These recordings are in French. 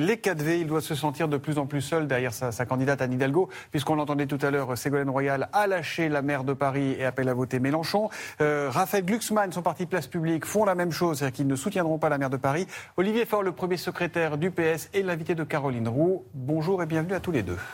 les 4V. Il doit se sentir de plus en plus seul derrière sa candidate Anne Hidalgo, puisqu'on l'entendait tout à l'heure, Ségolène Royal a lâché la maire de Paris et appelle à voter Mélenchon. Raphaël Glucksmann, son parti Place Publique, font la même chose, c'est-à-dire qu'ils ne soutiendront pas la maire de Paris. Olivier Faure, le premier secrétaire du PS, est l'invité de Caroline Roux. Bonjour et bienvenue à tous les deux.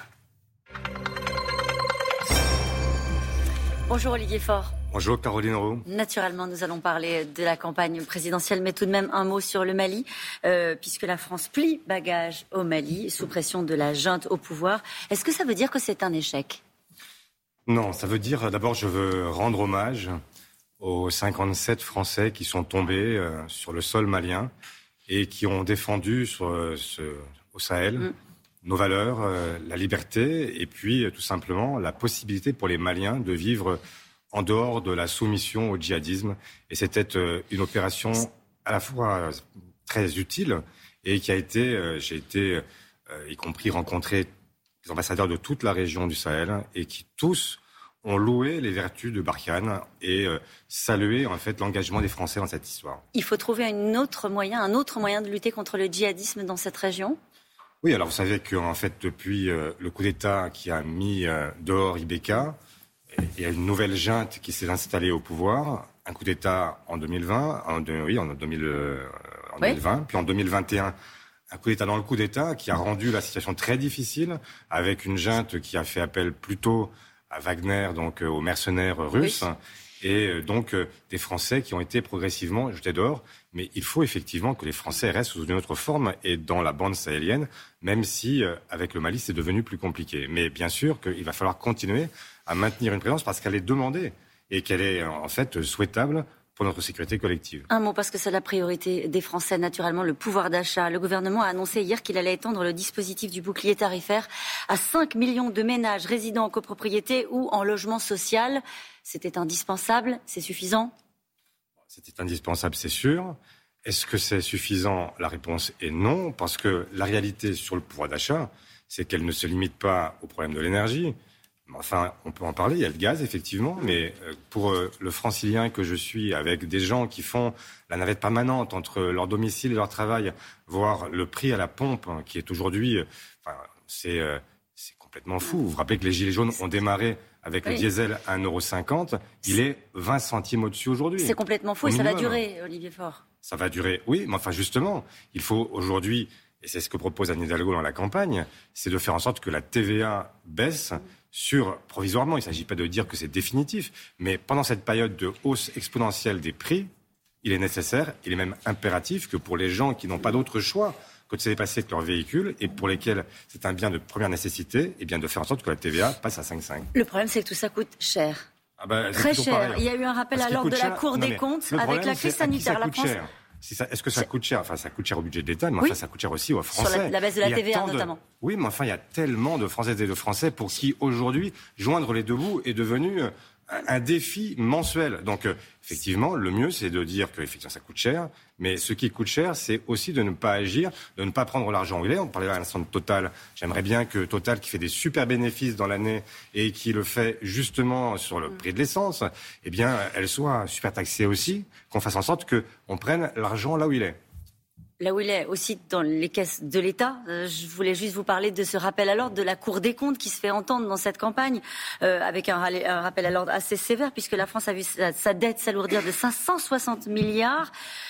Bonjour Olivier Faure. Bonjour Caroline Roux. Naturellement, nous allons parler de la campagne présidentielle, mais tout de même un mot sur le Mali, puisque la France plie bagage au Mali, sous pression de la junte au pouvoir. Est-ce que ça veut dire que c'est un échec ? Non, ça veut dire, d'abord, je veux rendre hommage aux 57 Français qui sont tombés sur le sol malien et qui ont défendu au Sahel nos valeurs, la liberté et puis tout simplement la possibilité pour les Maliens de vivre en dehors de la soumission au djihadisme. Et c'était une opération à la fois très utile et qui a été, j'ai été y compris rencontrer les ambassadeurs de toute la région du Sahel et qui tous ont loué les vertus de Barkhane et salué en fait l'engagement des Français dans cette histoire. Il faut trouver un autre moyen de lutter contre le djihadisme dans cette région ? Oui, alors vous savez qu'en fait, depuis le coup d'État qui a mis dehors Ibeka, il y a une nouvelle junte qui s'est installée au pouvoir. Un coup d'État en 2020, en 2020, puis en 2021, un coup d'État dans le coup d'État qui a rendu la situation très difficile, avec une junte qui a fait appel plutôt à Wagner, donc aux mercenaires russes. Oui. Et donc des Français qui ont été progressivement jetés dehors. Mais il faut effectivement que les Français restent sous une autre forme et dans la bande sahélienne, même si avec le Mali c'est devenu plus compliqué. Mais bien sûr qu'il va falloir continuer à maintenir une présence parce qu'elle est demandée et qu'elle est en fait souhaitable pour notre sécurité collective. Un mot, parce que c'est la priorité des Français, naturellement, le pouvoir d'achat. Le gouvernement a annoncé hier qu'il allait étendre le dispositif du bouclier tarifaire à 5 millions de ménages résidant en copropriété ou en logement social. C'était indispensable, c'est suffisant ? C'était indispensable, c'est sûr. Est-ce que c'est suffisant ? La réponse est non, parce que la réalité sur le pouvoir d'achat, c'est qu'elle ne se limite pas au problème de l'énergie. Enfin, on peut en parler, il y a le gaz, effectivement, mais pour le francilien que je suis, avec des gens qui font la navette permanente entre leur domicile et leur travail, voire le prix à la pompe, qui est aujourd'hui... c'est complètement fou. Vous vous rappelez que les Gilets jaunes ont démarré avec le diesel à 1,50 €, il est 20 centimes au-dessus aujourd'hui. C'est complètement fou et ça va durer, Olivier Faure. Ça va durer, oui, mais enfin justement, il faut aujourd'hui, et c'est ce que propose Anne Hidalgo dans la campagne, c'est de faire en sorte que la TVA baisse provisoirement. Il ne s'agit pas de dire que c'est définitif, mais pendant cette période de hausse exponentielle des prix, il est nécessaire, il est même impératif que pour les gens qui n'ont pas d'autre choix que de se dépasser avec leur véhicule et pour lesquels c'est un bien de première nécessité, et bien de faire en sorte que la TVA passe à 5,5. Le problème, c'est que tout ça coûte cher. Très cher. Pareil. Il y a eu un rappel à l'ordre de la Cour des comptes avec la crise sanitaire. La France... Est-ce que ça coûte cher ? Enfin, ça coûte cher au budget de l'État, mais enfin, ça coûte cher aussi aux Français. Sur la baisse de la TVA, notamment. Oui, mais enfin, il y a tellement de Françaises et de Français pour qui, aujourd'hui, joindre les deux bouts est devenu un défi mensuel. Donc, effectivement, le mieux, c'est de dire que effectivement, ça coûte cher. Mais ce qui coûte cher, c'est aussi de ne pas agir, de ne pas prendre l'argent où il est. On parlait à l'instant de Total. J'aimerais bien que Total, qui fait des super bénéfices dans l'année et qui le fait justement sur le prix de l'essence, eh bien, elle soit super taxée aussi, qu'on fasse en sorte qu'on prenne l'argent là où il est. Là où il est, aussi dans les caisses de l'État. Je voulais juste vous parler de ce rappel à l'ordre de la Cour des comptes qui se fait entendre dans cette campagne, avec un rappel à l'ordre assez sévère, puisque la France a vu sa dette s'alourdir de 560 milliards.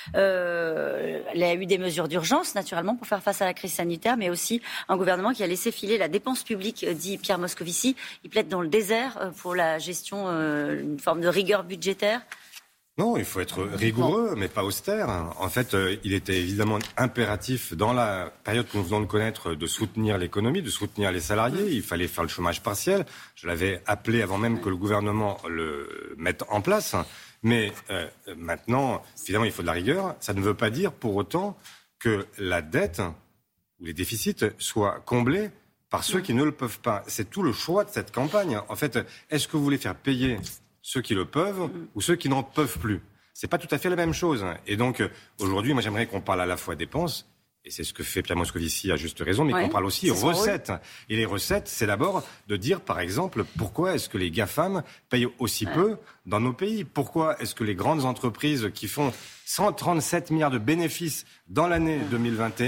Elle a eu des mesures d'urgence, naturellement, pour faire face à la crise sanitaire, mais aussi un gouvernement qui a laissé filer la dépense publique, dit Pierre Moscovici. Il plaide dans le désert pour la gestion, une forme de rigueur budgétaire. Non, il faut être rigoureux, mais pas austère. En fait, il était évidemment impératif, dans la période que nous venons de connaître, de soutenir l'économie, de soutenir les salariés. Il fallait faire le chômage partiel. Je l'avais appelé avant même que le gouvernement le mette en place. Mais maintenant, évidemment, il faut de la rigueur. Ça ne veut pas dire pour autant que la dette ou les déficits soient comblés par ceux qui ne le peuvent pas. C'est tout le choix de cette campagne. En fait, est-ce que vous voulez faire payer ceux qui le peuvent ou ceux qui n'en peuvent plus? C'est pas tout à fait la même chose. Et donc, aujourd'hui, moi, j'aimerais qu'on parle à la fois dépenses, et c'est ce que fait Pierre Moscovici à juste raison, mais qu'on parle aussi recettes. Et les recettes, c'est d'abord de dire, par exemple, pourquoi est-ce que les GAFAM payent aussi peu dans nos pays? Pourquoi est-ce que les grandes entreprises qui font 137 milliards de bénéfices dans l'année 2021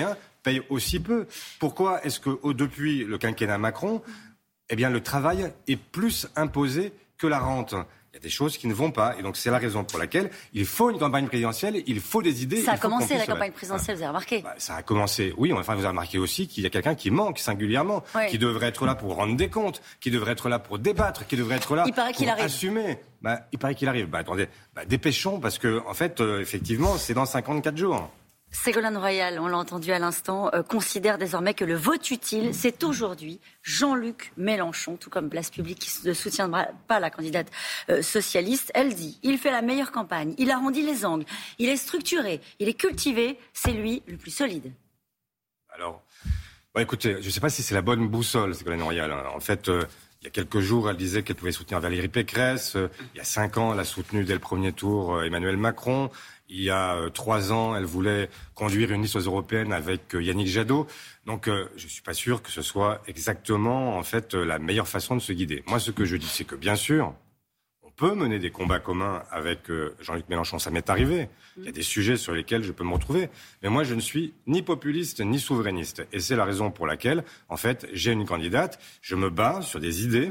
paye aussi peu. Pourquoi est-ce que depuis le quinquennat Macron, le travail est plus imposé que la rente ? Il y a des choses qui ne vont pas. Et donc, c'est la raison pour laquelle il faut une campagne présidentielle, il faut des idées. Ça a commencé, la campagne présidentielle, vous avez remarqué ? Ça a commencé, oui. Enfin, vous avez remarqué aussi qu'il y a quelqu'un qui manque singulièrement, qui devrait être là pour rendre des comptes, qui devrait être là pour débattre, qui devrait être là pour assumer. Il paraît qu'il arrive. Attendez, dépêchons, parce que, en fait, effectivement, c'est dans 54 jours. Ségolène Royal, on l'a entendu à l'instant, considère désormais que le vote utile, c'est aujourd'hui Jean-Luc Mélenchon, tout comme Place Publique qui ne soutiendra pas la candidate socialiste. Elle dit, il fait la meilleure campagne, il arrondit les angles, il est structuré, il est cultivé, c'est lui le plus solide. Alors, écoutez, je ne sais pas si c'est la bonne boussole, Ségolène Royal. En fait, il y a quelques jours, elle disait qu'elle pouvait soutenir Valérie Pécresse. Il y a 5 ans, elle a soutenu dès le premier tour Emmanuel Macron. Il y a 3 ans, elle voulait conduire une liste aux européennes avec Yannick Jadot. Donc, je ne suis pas sûr que ce soit exactement, en fait, la meilleure façon de se guider. Moi, ce que je dis, c'est que, bien sûr, on peut mener des combats communs avec Jean-Luc Mélenchon. Ça m'est arrivé. Il y a des sujets sur lesquels je peux me retrouver. Mais moi, je ne suis ni populiste, ni souverainiste. Et c'est la raison pour laquelle, en fait, j'ai une candidate. Je me bats sur des idées,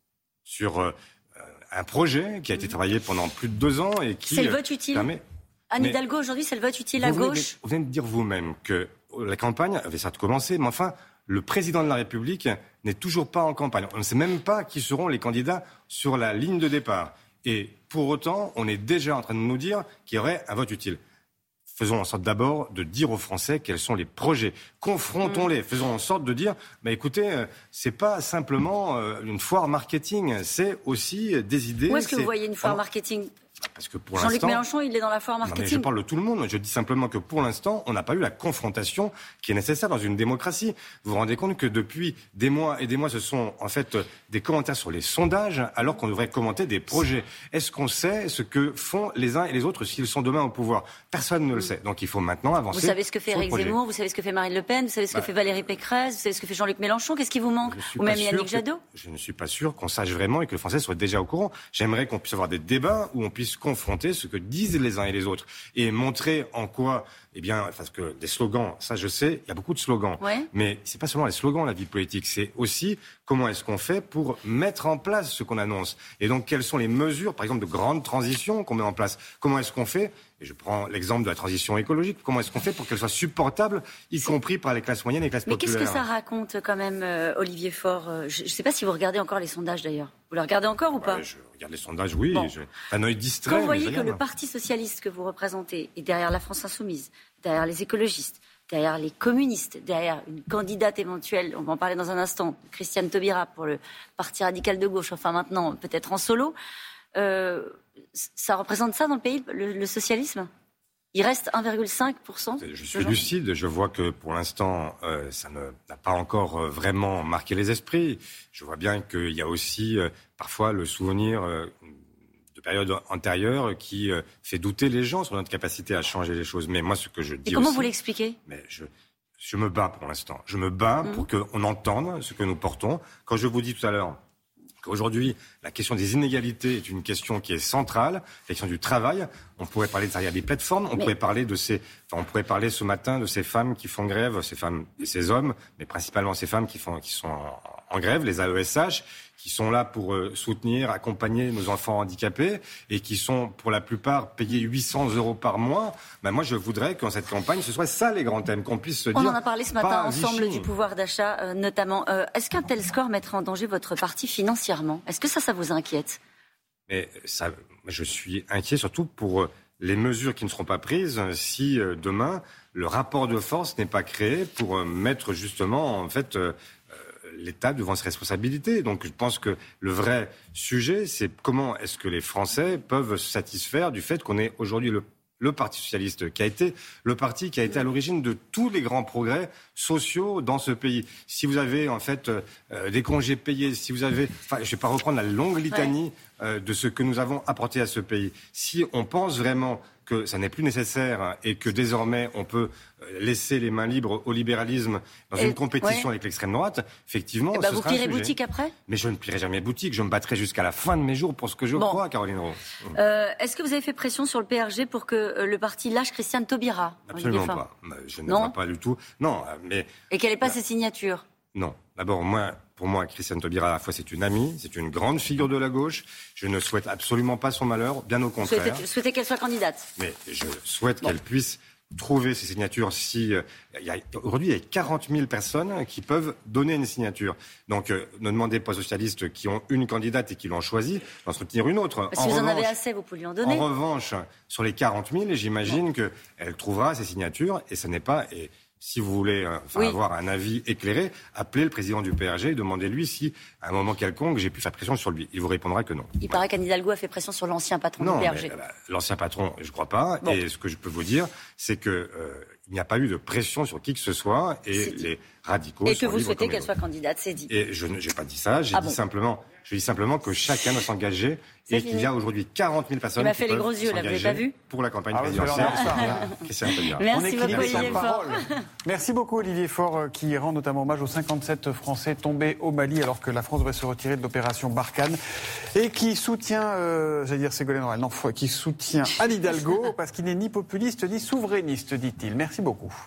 sur un projet qui a été travaillé pendant plus de 2 ans et qui... C'est le vote utile permet... Anne Hidalgo, aujourd'hui, c'est le vote utile à gauche. Vous venez de dire vous-même que la campagne avait certes commencé, mais enfin, le président de la République n'est toujours pas en campagne. On ne sait même pas qui seront les candidats sur la ligne de départ. Et pour autant, on est déjà en train de nous dire qu'il y aurait un vote utile. Faisons en sorte d'abord de dire aux Français quels sont les projets. Confrontons-les. Faisons en sorte de dire, écoutez, c'est pas simplement une foire marketing, c'est aussi des idées. Où est-ce que vous voyez une foire marketing ? Parce que pour Jean-Luc l'instant, Mélenchon, il est dans la foire marketing. Non, mais je parle de tout le monde. Je dis simplement que pour l'instant, on n'a pas eu la confrontation qui est nécessaire dans une démocratie. Vous vous rendez compte que depuis des mois et des mois, ce sont en fait des commentaires sur les sondages, alors qu'on devrait commenter des projets. Est-ce qu'on sait ce que font les uns et les autres s'ils sont demain au pouvoir ? Personne ne le sait. Donc il faut maintenant avancer. Vous savez ce que fait Éric Zemmour, vous savez ce que fait Marine Le Pen, vous savez ce que fait Valérie Pécresse, vous savez ce que fait Jean-Luc Mélenchon. Qu'est-ce qui vous manque ? Ou même Yannick Jadot ? Je ne suis pas sûr qu'on sache vraiment et que les Français soient déjà au courant. J'aimerais qu'on puisse avoir des débats où on puisse confronter ce que disent les uns et les autres et montrer en quoi, parce que des slogans, ça je sais, il y a beaucoup de slogans, mais c'est pas seulement les slogans la vie politique, c'est aussi comment est-ce qu'on fait pour mettre en place ce qu'on annonce et donc quelles sont les mesures, par exemple de grande transition qu'on met en place, comment est-ce qu'on fait, et je prends l'exemple de la transition écologique, comment est-ce qu'on fait pour qu'elle soit supportable, y compris par les classes moyennes et les classes populaires. Mais qu'est-ce que ça raconte quand même, Olivier Faure ? Je ne sais pas si vous regardez encore les sondages d'ailleurs. Vous les regardez encore ou pas ? Je regarde les sondages, oui. Bon. Un œil distrait. Quand vous voyez que le Parti socialiste que vous représentez est derrière la France insoumise, derrière les écologistes, derrière les communistes, derrière une candidate éventuelle, on va en parler dans un instant, Christiane Taubira pour le Parti radical de gauche, enfin maintenant peut-être en solo, ça représente ça dans le pays, le socialisme ? Il reste 1,5%. Je suis lucide. Je vois que pour l'instant, ça n'a pas encore vraiment marqué les esprits. Je vois bien qu'il y a aussi parfois le souvenir de périodes antérieures qui fait douter les gens sur notre capacité à changer les choses. Mais moi, ce que je dis. Et comment aussi, vous l'expliquez ? Mais je me bats pour l'instant. Je me bats pour qu'on entende ce que nous portons. Quand je vous dis tout à l'heure qu'aujourd'hui, la question des inégalités est une question qui est centrale, la question du travail. On pourrait parler de derrière des plateformes, on pourrait parler on pourrait parler ce matin de ces femmes qui font grève, ces femmes et ces hommes, mais principalement ces femmes qui sont en grève, les AESH, qui sont là pour soutenir, accompagner nos enfants handicapés et qui sont pour la plupart payés 800 € par mois. Moi, je voudrais qu'en cette campagne, ce soit ça les grands thèmes, qu'on puisse se dire. On en a parlé ce matin ensemble du pouvoir d'achat, notamment. Est-ce qu'un tel score mettrait en danger votre parti financièrement ? Est-ce que ça vous inquiète ? Mais je suis inquiet surtout pour les mesures qui ne seront pas prises si demain le rapport de force n'est pas créé pour mettre justement en fait l'État devant ses responsabilités. Donc je pense que le vrai sujet, c'est comment est-ce que les Français peuvent se satisfaire du fait qu'on ait aujourd'hui le Parti socialiste, qui a été le parti qui a été à l'origine de tous les grands progrès sociaux dans ce pays. Si vous avez en fait des congés payés, si vous avez, je ne vais pas reprendre la longue litanie de ce que nous avons apporté à ce pays. Si on pense vraiment que ça n'est plus nécessaire et que désormais on peut laisser les mains libres au libéralisme dans une compétition avec l'extrême droite, effectivement, ce vous sera plierez un sujet. boutique après ? Mais je ne plierai jamais boutique, je me battrai jusqu'à la fin de mes jours pour ce que je crois, Caroline Roux. Est-ce que vous avez fait pression sur le PRG pour que le parti lâche Christiane Taubira ? Absolument pas. Je ne vois pas du tout. Non, mais... Et qu'elle n'ait pas ses signatures ? Non. D'abord, pour moi, Christiane Taubira, à la fois, c'est une amie, c'est une grande figure de la gauche. Je ne souhaite absolument pas son malheur, bien au contraire. Vous souhaitez qu'elle soit candidate ? Mais je souhaite qu'elle puisse trouver ses signatures. Aujourd'hui, il y a 40 000 personnes qui peuvent donner une signature. Donc, ne demandez pas aux socialistes qui ont une candidate et qui l'ont choisie d'en soutenir une autre. Si vous en avez assez, vous pouvez lui en donner. En revanche, sur les 40 000, j'imagine qu'elle trouvera ses signatures et ce n'est pas... Si vous voulez avoir un avis éclairé, appelez le président du PRG et demandez-lui si, à un moment quelconque, j'ai pu faire pression sur lui. Il vous répondra que non. Il paraît qu'Anne Hidalgo a fait pression sur l'ancien patron du PRG. Non, l'ancien patron, je ne crois pas. Bon. Et ce que je peux vous dire, c'est qu'il n'y a pas eu de pression sur qui que ce soit. Et les radicaux et que vous souhaitez qu'elle soit candidate, c'est dit. Et je n'ai pas dit ça. Je dis simplement que chacun doit s'engager et qu'il y a aujourd'hui 40 000 personnes qui peuvent s'engager pour la campagne présidentielle. Merci beaucoup, Olivier Faure. Merci beaucoup, Olivier Faure, qui rend notamment hommage aux 57 Français tombés au Mali alors que la France devrait se retirer de l'opération Barkhane et qui soutient, Ségolène Royal, qui soutient Anne Hidalgo parce qu'il n'est ni populiste ni souverainiste, dit-il. Merci beaucoup.